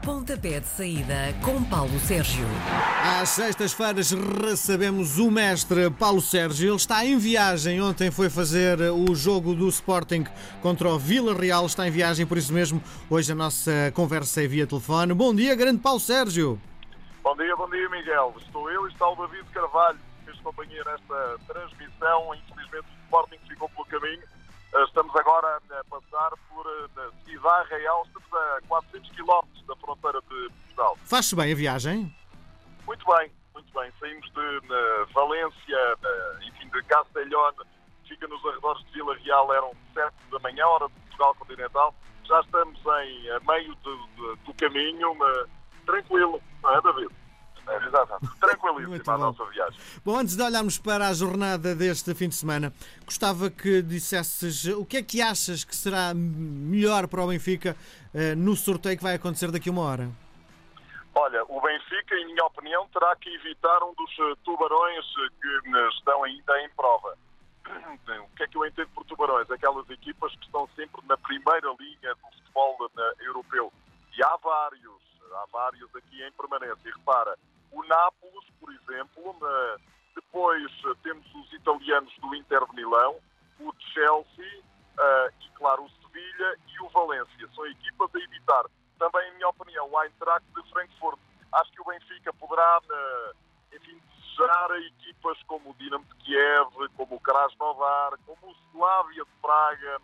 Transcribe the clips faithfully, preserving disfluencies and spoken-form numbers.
Pontapé de saída com Paulo Sérgio. Às sextas-feiras recebemos o mestre Paulo Sérgio. Ele está em viagem. Ontem foi fazer o jogo do Sporting contra o Vila Real. Está em viagem, por isso mesmo hoje a nossa conversa é via telefone. Bom dia, grande Paulo Sérgio. Bom dia, bom dia, Miguel. Estou eu e está o David Carvalho, que fez companhia nesta transmissão. Infelizmente o Sporting ficou pelo caminho. Estamos agora a passar por Cidade Real. Estamos a quatrocentos quilómetros da fronteira de Portugal. Faz-se bem a viagem? Muito bem, muito bem. Saímos de Valência, enfim, de Castellón, que fica nos arredores de Vila Real, eram sete da manhã, hora de Portugal continental. Já estamos em a meio de, de, do caminho, mas tranquilo, não é, David? É, exato. Tranquilíssima a nossa viagem. Bom, antes de olharmos para a jornada deste fim de semana, gostava que dissesses o que é que achas que será melhor para o Benfica uh, no sorteio que vai acontecer daqui a uma hora? Olha, o Benfica, em minha opinião, terá que evitar um dos tubarões que estão ainda em prova. O que é que eu entendo por tubarões? Aquelas equipas que estão sempre na primeira linha do futebol europeu. E há vários, há vários aqui em permanência. E repara, o Nápoles, por exemplo, depois temos os italianos do Inter de Milão, o Chelsea e, claro, o Sevilha e o Valência. São equipas a evitar. Também, em minha opinião, o Eintracht de Frankfurt. Acho que o Benfica poderá, enfim, desejar a equipas como o Dinamo de Kiev, como o Krasnodar, como o Slavia de Praga,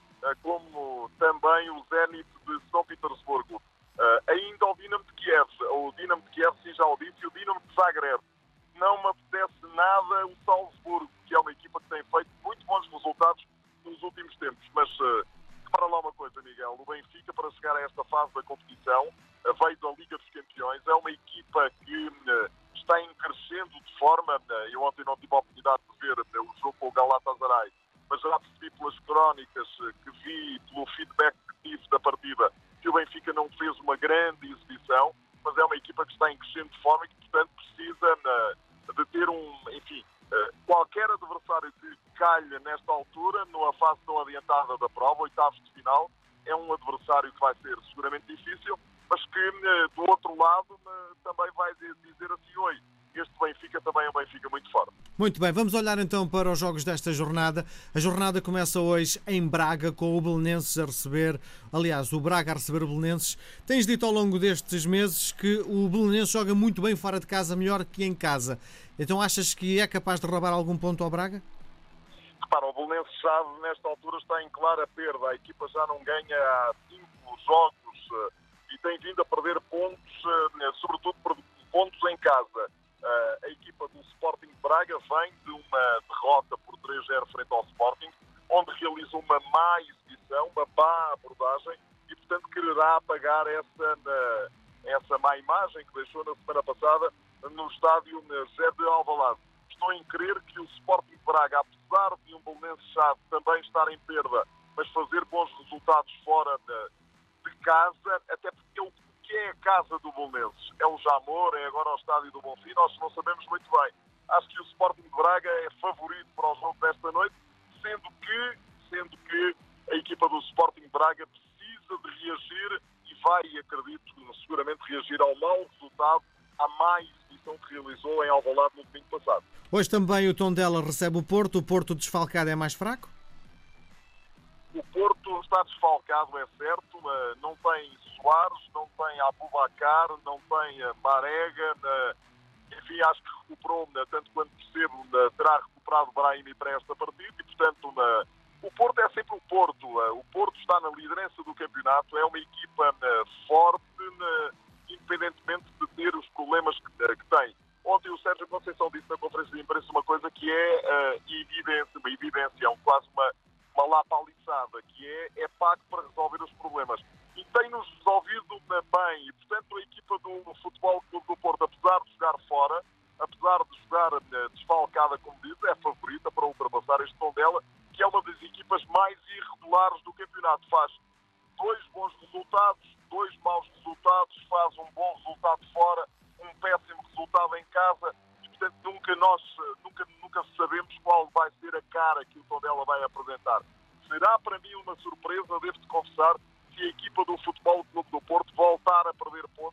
como também o Zenit de São Petersburgo. Uh, ainda o Dinamo de Kiev, o Dinamo de Kiev, sim, já o disse, e o Dinamo de Zagreb. Não me apetece nada o Salzburgo, que é uma equipa que tem feito muito bons resultados nos últimos tempos. Mas, uh, para lá uma coisa, Miguel, o Benfica, para chegar a esta fase da competição, uh, veio da Liga dos Campeões, é uma equipa que uh, está em crescendo de forma, uh, eu ontem não tive a oportunidade de ver uh, o jogo com o Galatasaray, mas já percebi pelas crónicas uh, que vi, pelo feedback que tive da partida, que o Benfica não fez uma grande exibição, mas é uma equipa que está em crescendo de forma e que, portanto, precisa uh, de ter um, enfim, uh, qualquer adversário que calhe nesta altura, numa fase tão adiantada da prova, oitavos de final, é um adversário que vai ser seguramente difícil, mas que, uh, do outro lado, uh, também vai dizer assim, oi, este Benfica também é um Benfica muito forte. Muito bem, vamos olhar então para os jogos desta jornada. A jornada começa hoje em Braga, com o Belenenses a receber, aliás, o Braga a receber o Belenenses. Tens dito ao longo destes meses que o Belenenses joga muito bem fora de casa, melhor que em casa. Então achas que é capaz de roubar algum ponto ao Braga? Repara, o Belenenses já nesta altura está em clara perda. A equipa já não ganha há cinco jogos uh, e tem vindo a perder pontos, uh, sobretudo pontos em casa. Uh, a equipa do Sporting de Braga vem de uma derrota por três a zero frente ao Sporting, onde realizou uma má exibição, uma má abordagem e, portanto, quererá apagar essa, uh, essa má imagem que deixou na semana passada no estádio José de Alvalade. Estou em crer que o Sporting de Braga, apesar de um Belenenses chave também estar em perda, mas fazer bons resultados fora de, de casa, até porque o que é a casa do Belenenses? É o Jamor, é agora o estádio do Bonfim, nós não sabemos muito bem. Acho que o Sporting de Braga é favorito para o jogo desta noite, sendo que, sendo que a equipa do Sporting de Braga precisa de reagir e vai, acredito, seguramente reagir ao mau resultado, à má exibição que realizou em Alvalade no domingo passado. Hoje também o Tondela recebe o Porto. O Porto desfalcado é mais fraco? O Porto está desfalcado, é certo, não tem Soares, não tem Aboubakar, não tem Marega, enfim, acho que recuperou, tanto quanto percebo, terá recuperado Brahimi para esta partida e, portanto, o Porto é sempre o Porto. O Porto está na liderança do campeonato, é uma equipa forte, independentemente de ter os problemas que tem. Ontem o Sérgio Conceição disse na conferência de imprensa uma coisa que é evidência, uma evidência, um, quase uma uma lapaliçada, que é, é pago para resolver os problemas. E tem-nos resolvido bem. E, portanto, a equipa do Futebol Clube do Porto, apesar de jogar fora, apesar de jogar desfalcada, como diz, é favorita para ultrapassar este Tondela, que é uma das equipas mais irregulares do campeonato. Faz dois bons resultados, dois maus resultados, faz um bom resultado fora, um péssimo resultado em casa. Portanto, nunca nós nunca, nunca sabemos qual vai ser a cara que o Tondela vai apresentar. Será para mim uma surpresa, devo-te confessar, se a equipa do Futebol Clube do Porto voltar a perder pontos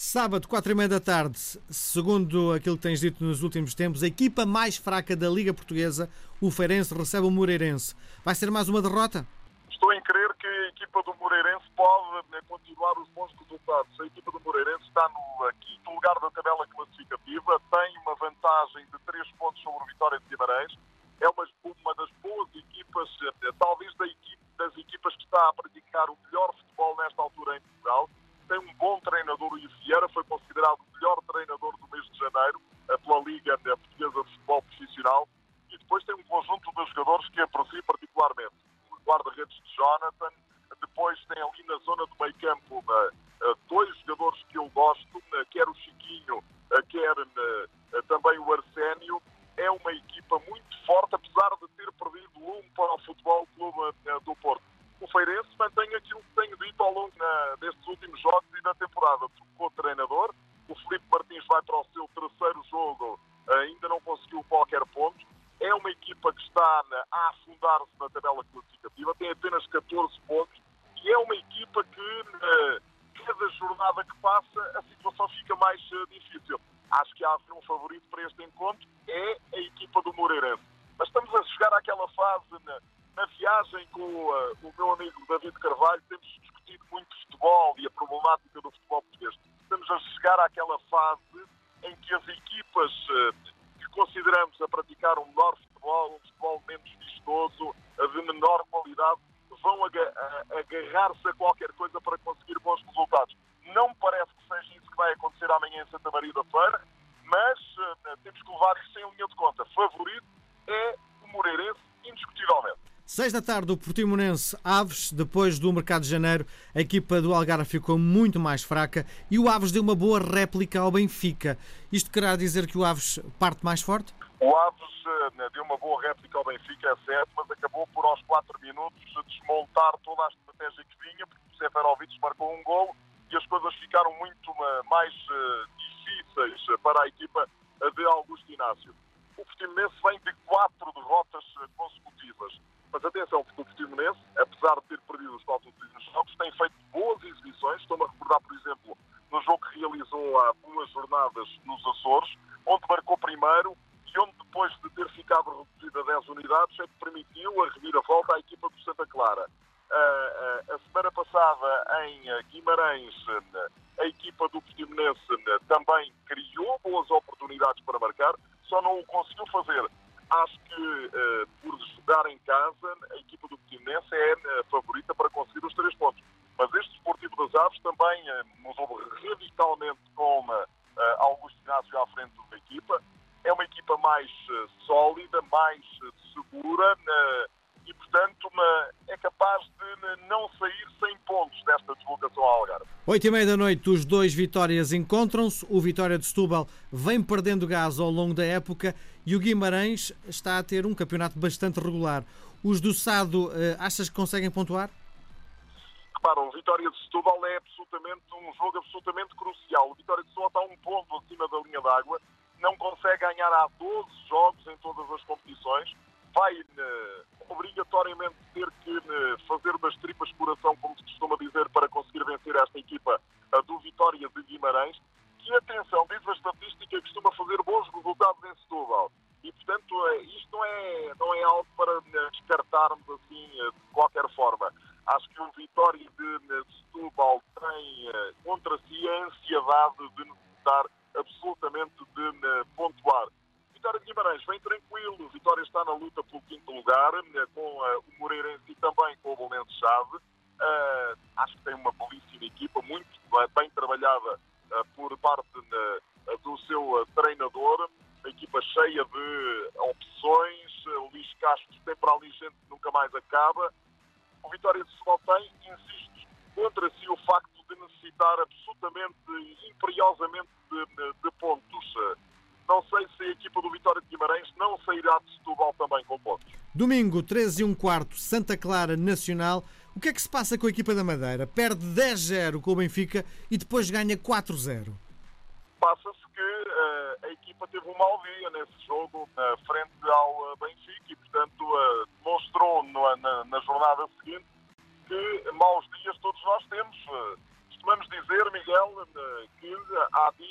Sábado, quatro e meia da tarde, segundo aquilo que tens dito nos últimos tempos, a equipa mais fraca da Liga Portuguesa, o Feirense, recebe o Moreirense. Vai ser mais uma derrota? Estou em crer que a equipa do Moreirense pode né, continuar os bons resultados. A equipa do Moreirense está no quinto lugar da tabela classificativa, tem uma vantagem de três pontos sobre o Vitória de Guimarães. É uma, uma das boas equipas, talvez da equipe, das equipas que está a praticar o melhor futebol nesta altura em Portugal. Tem um bom treinador, o Ivo Vieira, foi considerado o melhor treinador do mês de janeiro pela Liga Portuguesa de Futebol Profissional. E depois tem um conjunto de jogadores que aprecio particularmente. O guarda-redes de Jonathan, depois tem ali na zona do meio campo dois jogadores que eu gosto, quer o Chiquinho, quer também o Arsénio. É uma equipa muito forte, apesar de ter perdido um para o Futebol Clube do Porto. O Feirense mantém aquilo que tenho dito ao longo na, destes últimos jogos e da temporada. Trocou treinador, o Filipe Martins vai para o seu terceiro jogo, ainda não conseguiu qualquer ponto. É uma equipa que está a afundar-se na tabela classificativa, tem apenas catorze pontos e é uma equipa que, cada jornada que passa, a situação fica mais difícil. Acho que há um favorito para este encontro, é a equipa do Moreirense. Mas estamos a chegar àquela fase, na, na viagem com uh, o meu amigo David Carvalho, temos discutido muito futebol e a problemática do futebol português. Estamos a chegar àquela fase em que as equipas uh, que consideramos a praticar um menor futebol, um futebol menos vistoso, uh, de menor qualidade, vão aga- a- agarrar-se a qualquer coisa para conseguir bons resultados. Não me parece que seja isso que vai acontecer amanhã em Santa Maria da Feira, mas uh, temos que levar isso em linha de conta. Favorito é o Moreirense, indiscutivelmente. Seis da tarde, o Portimonense Aves. Depois do mercado de janeiro, a equipa do Algarve ficou muito mais fraca e o Aves deu uma boa réplica ao Benfica. Isto querá dizer que o Aves parte mais forte? O Aves uh, deu uma boa réplica ao Benfica, é certo, mas acabou por aos quatro minutos desmontar toda a estratégia que vinha, porque o Seferovic marcou um golo e as coisas ficaram muito uh, mais uh, difíceis para a equipa uh, de Augusto Inácio. O Portimonense vem de quatro derrotas uh, consecutivas. Mas atenção, porque o Portimonense, apesar de ter perdido os quatro últimos jogos, tem feito boas exibições. Estou-me a recordar, por exemplo, no jogo que realizou há duas jornadas nos Açores, onde marcou primeiro e onde, depois de ter ficado reduzido a dez unidades, é que permitiu a reviravolta à equipa do Santa Clara. Uh, uh, a semana passada, em uh, Guimarães, uh, a equipa do Portimonense uh, também criou boas oportunidades para marcar, só não o conseguiu fazer. Acho que, uh, por jogar em casa, a equipa do Portimonense é a uh, favorita para conseguir os três pontos. Mas este Desportivo das Aves também uh, mudou radicalmente com uh, Augusto Inácio à frente da equipa. É uma equipa mais uh, sólida, mais uh, segura uh, e, portanto, uma, é capaz de uh, não sair sem pontos desta deslocação ao Algarve. Oito e meia da noite, os dois Vitórias encontram-se. O Vitória de Setúbal vem perdendo gás ao longo da época e o Guimarães está a ter um campeonato bastante regular. Os do Sado, achas que conseguem pontuar? Repara, o Vitória de Setúbal é absolutamente um jogo absolutamente crucial. O Vitória de Setúbal está um ponto acima da linha d'água, não consegue ganhar há doze jogos em todas as competições, vai uh, obrigatoriamente ter que uh, fazer das tripas coração, como se costuma dizer, para conseguir vencer esta equipa uh, do Vitória de Guimarães, que, atenção, diz a estatística, costuma fazer bons resultados em Setúbal. E, portanto, uh, isto não é, não é algo para uh, descartarmos assim uh, de qualquer forma. Acho que o Vitória de, uh, de Setúbal tem uh, contra si a ansiedade de necessitar absolutamente de uh, pontuar. Vitória de Guimarães vem tranquilo, o Vitória está na luta pelo quinto lugar, com uh, o Moreirense e também com o Belenenses-Chave. Uh, acho que tem uma belíssima equipa, muito uh, bem trabalhada uh, por parte uh, do seu uh, treinador, uma equipa cheia de opções, uh, o Luís Castro sempre ali gente que nunca mais acaba. O Vitória de Setúbal tem, insisto, contra si o facto de necessitar absolutamente, imperiosamente de, de, de pontos. Uh, Não sei se a equipa do Vitória de Guimarães não sairá de Setúbal também com pontos. Domingo, treze e um quarto, Santa Clara Nacional. O que é que se passa com a equipa da Madeira? Perde dez a zero com o Benfica e depois ganha quatro a zero. Passa-se que uh, a equipa teve um mau dia nesse jogo uh, frente ao uh, Benfica e, portanto, uh, demonstrou no, na, na jornada seguinte que maus dias todos nós temos. Uh, costumamos dizer, Miguel, uh, que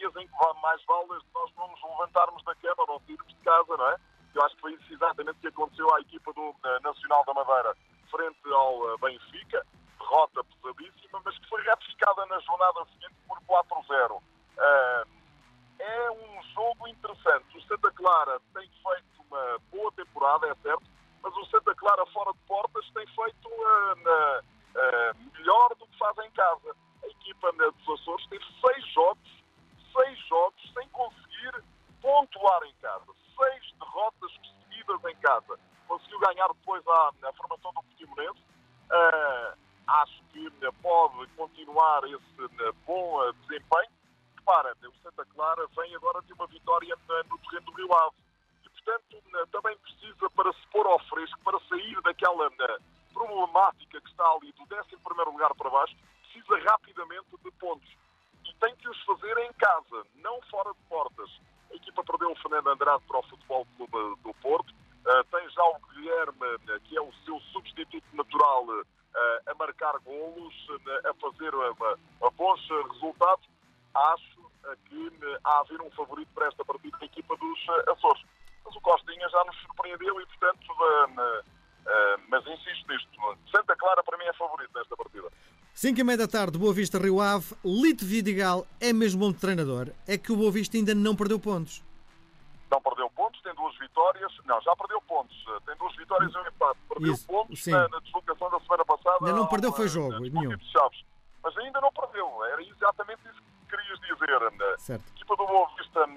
dias em que mais vale nós não nos levantarmos da cama, não sairmos de casa, não é? Eu acho que foi isso exatamente que aconteceu à equipa do uh, Nacional da Madeira frente ao uh, Benfica, derrota pesadíssima, mas que foi ratificada na jornada seguinte por quatro a zero. Uh, é um jogo interessante. O Santa Clara tem feito uma boa temporada, é certo, mas o Santa Clara fora de portas tem feito uh, na, uh, melhor do que faz em casa. A equipa dos Açores teve seis jogos, seis jogos sem conseguir pontuar em casa. Seis derrotas seguidas em casa. Conseguiu ganhar depois a, a formação do Portimonense. Uh, acho que uh, pode continuar esse uh, bom uh, desempenho. Repara, o Santa Clara vem agora de uma vitória uh, no terreno do Rio Ave. E, portanto, uh, também precisa, para se pôr ao fresco, para sair daquela uh, problemática que está ali do décimo primeiro lugar para baixo, precisa rapidamente de pontos. E tem que os fazer em casa, não fora de portas. A equipa perdeu o Fernando Andrade para o Futebol Clube do Porto. Uh, tem já o Guilherme, uh, que é o seu substituto natural, uh, a marcar golos, uh, a fazer uh, uh, bons resultados. Acho uh, que uh, há a haver um favorito para esta partida da equipa dos uh, Açores. Mas o Costinha já nos surpreendeu e, portanto, uh, uh, uh, mas insisto nisto. Santa Clara, para mim, é favorito nesta partida. cinco e meia da tarde, Boa Vista, Rio Ave. Lito Vidigal é mesmo bom treinador. É que o Boa Vista ainda não perdeu pontos. Não perdeu pontos, tem duas vitórias. Não, já perdeu pontos. Tem duas vitórias e um empate. Perdeu Isso, pontos sim. na, na deslocação da semana passada. Ainda não perdeu, ao, foi jogo, ao, nenhum. de Chaves. Mas ainda não perdeu. Era exatamente isso que querias dizer. Certo. A equipa do Boa Vista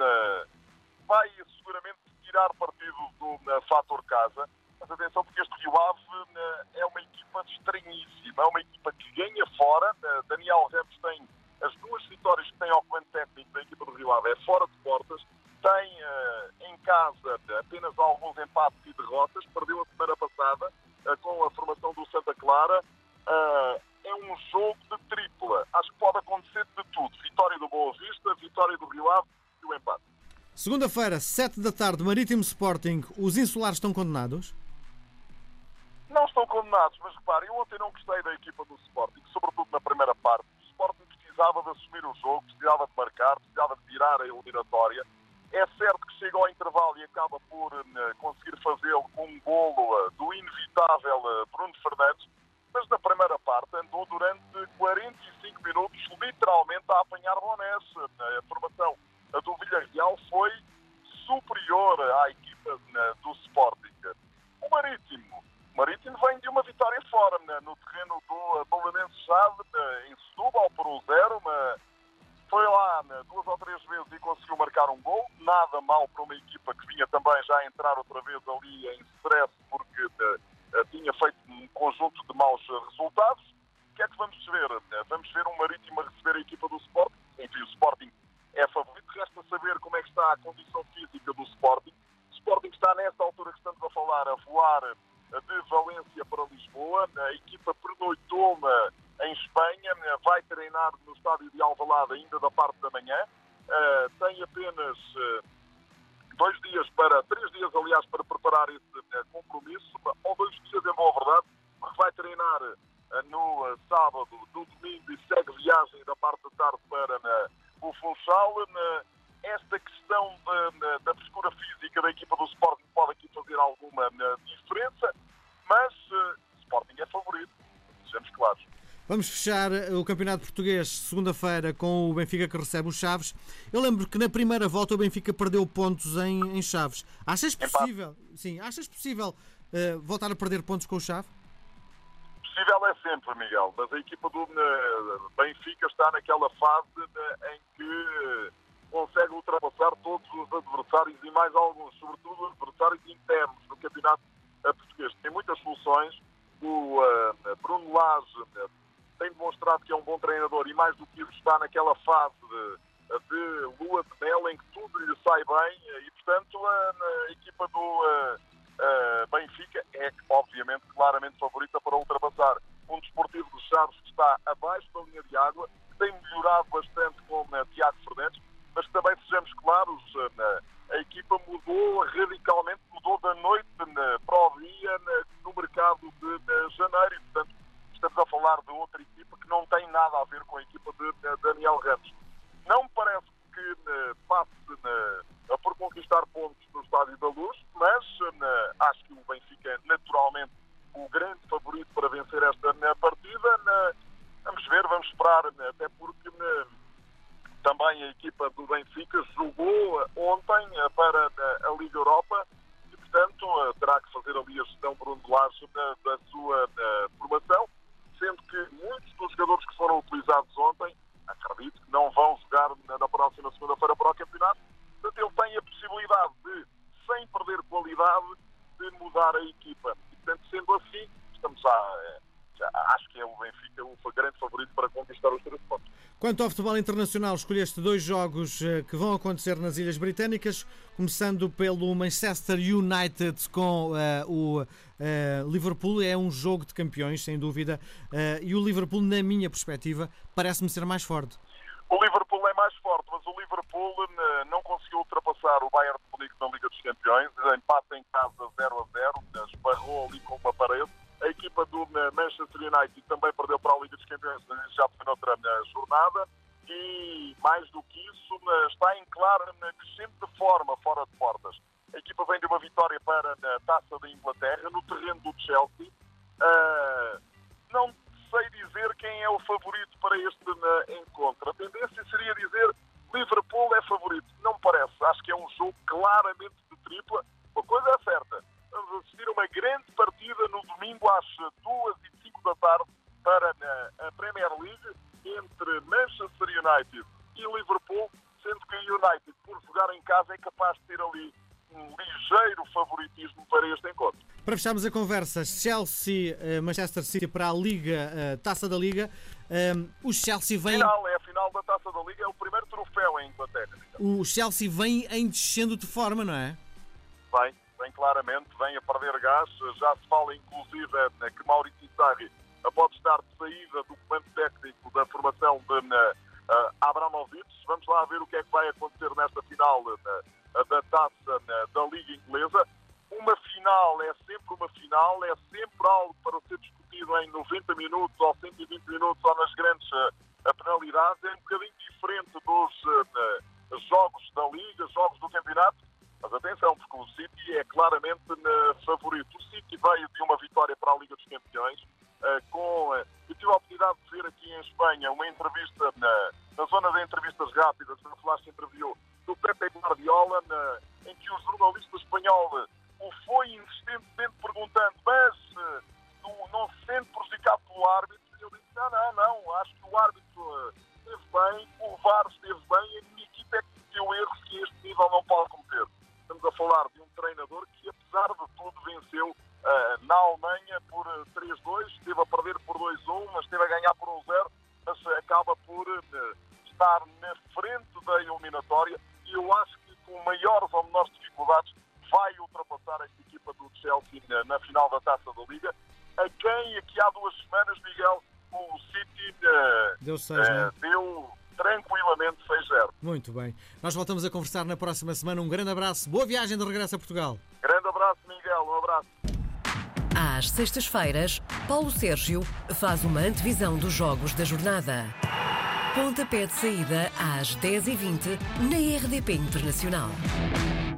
vai seguramente tirar partido do na fator casa. Mas atenção, porque este Rio Ave é uma equipa estranhíssima. É uma equipa que ganha fora. Daniel Ramos tem as duas vitórias que tem ao comando técnico da equipa do Rio Ave. É fora de portas. Tem uh, em casa apenas alguns empates e derrotas. Perdeu a semana passada uh, com a formação do Santa Clara. Uh, é um jogo de tripla. Acho que pode acontecer de tudo. Vitória do Boa Vista, vitória do Rio Ave e o empate. Segunda-feira, sete da tarde, Marítimo Sporting. Os insulares estão condenados? Não estão condenados, mas repare, eu ontem não gostei da equipa do Sporting, sobretudo na primeira parte. O Sporting precisava de assumir o jogo, precisava de marcar, precisava de virar a eliminatória. É certo que chega ao intervalo e acaba por uh, conseguir fazê-lo com um golo uh, do inevitável uh, Bruno Fernandes, mas na primeira parte andou durante quarenta e cinco minutos literalmente a apanhar bonés. Uh, a formação uh, do Villarreal foi superior à equipa uh, do Sporting. O Marítimo, o Marítimo vem de uma vitória fora uh, no terreno do uh, Belenenses Chave, uh, em Setúbal por um zero, mas foi lá né, duas ou três vezes e conseguiu marcar um gol. Nada mal para uma equipa que vinha também já entrar outra vez ali em stress porque uh, tinha feito um conjunto de maus resultados. O que é que vamos ver? Uh, vamos ver um Marítimo a receber a equipa do Sporting. Enfim, o Sporting é favorito. Resta saber como é que está a condição física do Sporting. O Sporting está nesta altura que estamos a falar a voar uh, de Valência para Lisboa. A equipa pernoitou em Espanha, vai treinar no estádio de Alvalade ainda da parte da manhã. Uh, tem apenas uh, dois dias para, três dias aliás, para preparar esse uh, compromisso, ou dois dias em boa verdade, porque vai treinar uh, no uh, sábado, no domingo e segue viagem da parte da tarde para uh, o Funchal. Uh, esta questão de, uh, da frescura física da equipa do Sporting pode aqui fazer alguma uh, diferença, mas uh, o Sporting é favorito, sejamos claros. Vamos fechar o Campeonato Português segunda-feira com o Benfica que recebe os Chaves. Eu lembro que na primeira volta o Benfica perdeu pontos em, em Chaves. Achas possível, sim, achas possível uh, voltar a perder pontos com o Chaves? Possível é sempre, Miguel, mas a equipa do uh, Benfica está naquela fase uh, em que uh, consegue ultrapassar todos os adversários e mais alguns, sobretudo os adversários internos no Campeonato uh, Português. Tem muitas soluções. O uh, Bruno Lage uh, tem demonstrado que é um bom treinador e mais do que isso está naquela fase de, de lua de mel em que tudo lhe sai bem e, portanto, a, a equipa do a, a Benfica é, obviamente, claramente favorita para ultrapassar um Desportivo de Chaves que está abaixo da linha de água, que tem melhorado bastante com a, Tiago Fernandes, mas que também, sejamos claros, a, a equipa mudou radicalmente, mudou da noite na, para o dia na, no mercado de, de janeiro e, portanto, estamos a falar de outra equipa que não tem nada a ver com a equipa de, de Daniel Ramos. Não me parece que Estádio da Luz, mas uh, acho que o Benfica é naturalmente o grande favorito para vencer esta uh, partida. Uh, vamos ver, vamos esperar, uh, até porque uh, também a equipa do Benfica jogou uh, ontem uh, para uh, a Liga Europa e, portanto, uh, terá que fazer ali a gestão por um lado da, da sua uh, formação, sendo que muitos dos jogadores que foram utilizados ontem, acredito que não vão jogar na, na próxima segunda-feira para o campeonato. Portanto, ele tem a possibilidade de, sem perder qualidade, de mudar a equipa. E, portanto, sendo assim, estamos a, já, acho que é o Benfica o grande favorito para conquistar os três pontos. Quanto ao futebol internacional, escolheste dois jogos que vão acontecer nas Ilhas Britânicas, começando pelo Manchester United com uh, o uh, Liverpool. É um jogo de campeões, sem dúvida, uh, e o Liverpool, na minha perspectiva, parece-me ser mais forte. O Liverpool é mais forte, mas o Liverpool uh, não conseguiu ultrapassar o Bayern de Munique na Liga dos Campeões. Empate em casa zero a zero, esbarrou ali com uma parede. A equipa do Manchester United também perdeu para a Liga dos Campeões, já foi noutra jornada. E, mais do que isso, está em clara crescente de forma, fora de portas. A equipa vem de uma vitória para a Taça da Inglaterra, no terreno do Chelsea. Uh, não sei dizer quem é o favorito para este uh, encontro. A tendência seria dizer Liverpool é favorito. Não me parece. Acho que é um jogo claramente de tripla. Uma coisa é certa. Vamos assistir a uma grande partida no domingo às duas e cinco da tarde para a Premier League entre Manchester United e Liverpool, sendo que o United, por jogar em casa, é capaz de ter ali um ligeiro favoritismo para este encontro. Para fecharmos a conversa, Chelsea-Manchester City para a Liga, a Taça da Liga. Um, o Chelsea vem... Final, é a final da Taça da Liga, é o primeiro troféu em Inglaterra. O Chelsea vem em descendo de forma, não é? Vem, vem claramente, vem a perder gás. Já se fala, inclusive, que Maurizio Sarri pode estar de saída do comando técnico da formação de uh, Abramovich. Vamos lá ver o que é que vai acontecer nesta final uh, da Taça uh, da Liga Inglesa. Uma final é sempre uma final, é sempre algo para ser discutido em noventa minutos ou cento e vinte minutos ou nas grandes uh, penalidades. É um bocadinho diferente dos uh, jogos da Liga, jogos do campeonato. Mas atenção, porque o City é claramente uh, favorito. O City veio de uma vitória para a Liga dos Campeões. Uh, com, uh, eu tive a oportunidade de ver aqui em Espanha uma entrevista na, na zona de entrevistas rápidas, na Flash Interview, do Pepe Guardiola, na, em que o jornalista espanhol uh, o foi insistentemente perguntando, mas uh, tu não se sente prejudicado pelo árbitro? E eu disse, não, não, não, acho que o árbitro uh, esteve bem, o V A R esteve bem, a minha equipa é que cometeu erros que este nível não pode cometer. Estamos a falar de um treinador que, apesar de tudo, venceu Uh, na Alemanha por uh, três a dois, esteve a perder por dois a um, mas esteve a ganhar por um a zero, mas uh, acaba por uh, estar na frente da eliminatória e eu acho que com maiores ou menores dificuldades vai ultrapassar esta equipa do Chelsea na, na final da Taça da Liga, a quem aqui há duas semanas, Miguel, o City uh, deu, seis, uh, né? deu tranquilamente seis a zero. Muito bem. Nós voltamos a conversar na próxima semana. Um grande abraço. Boa viagem de regresso a Portugal. Grande abraço, Miguel. Um abraço. Às sextas-feiras, Paulo Sérgio faz uma antevisão dos jogos da jornada. Pontapé de saída às dez e vinte na R D P Internacional.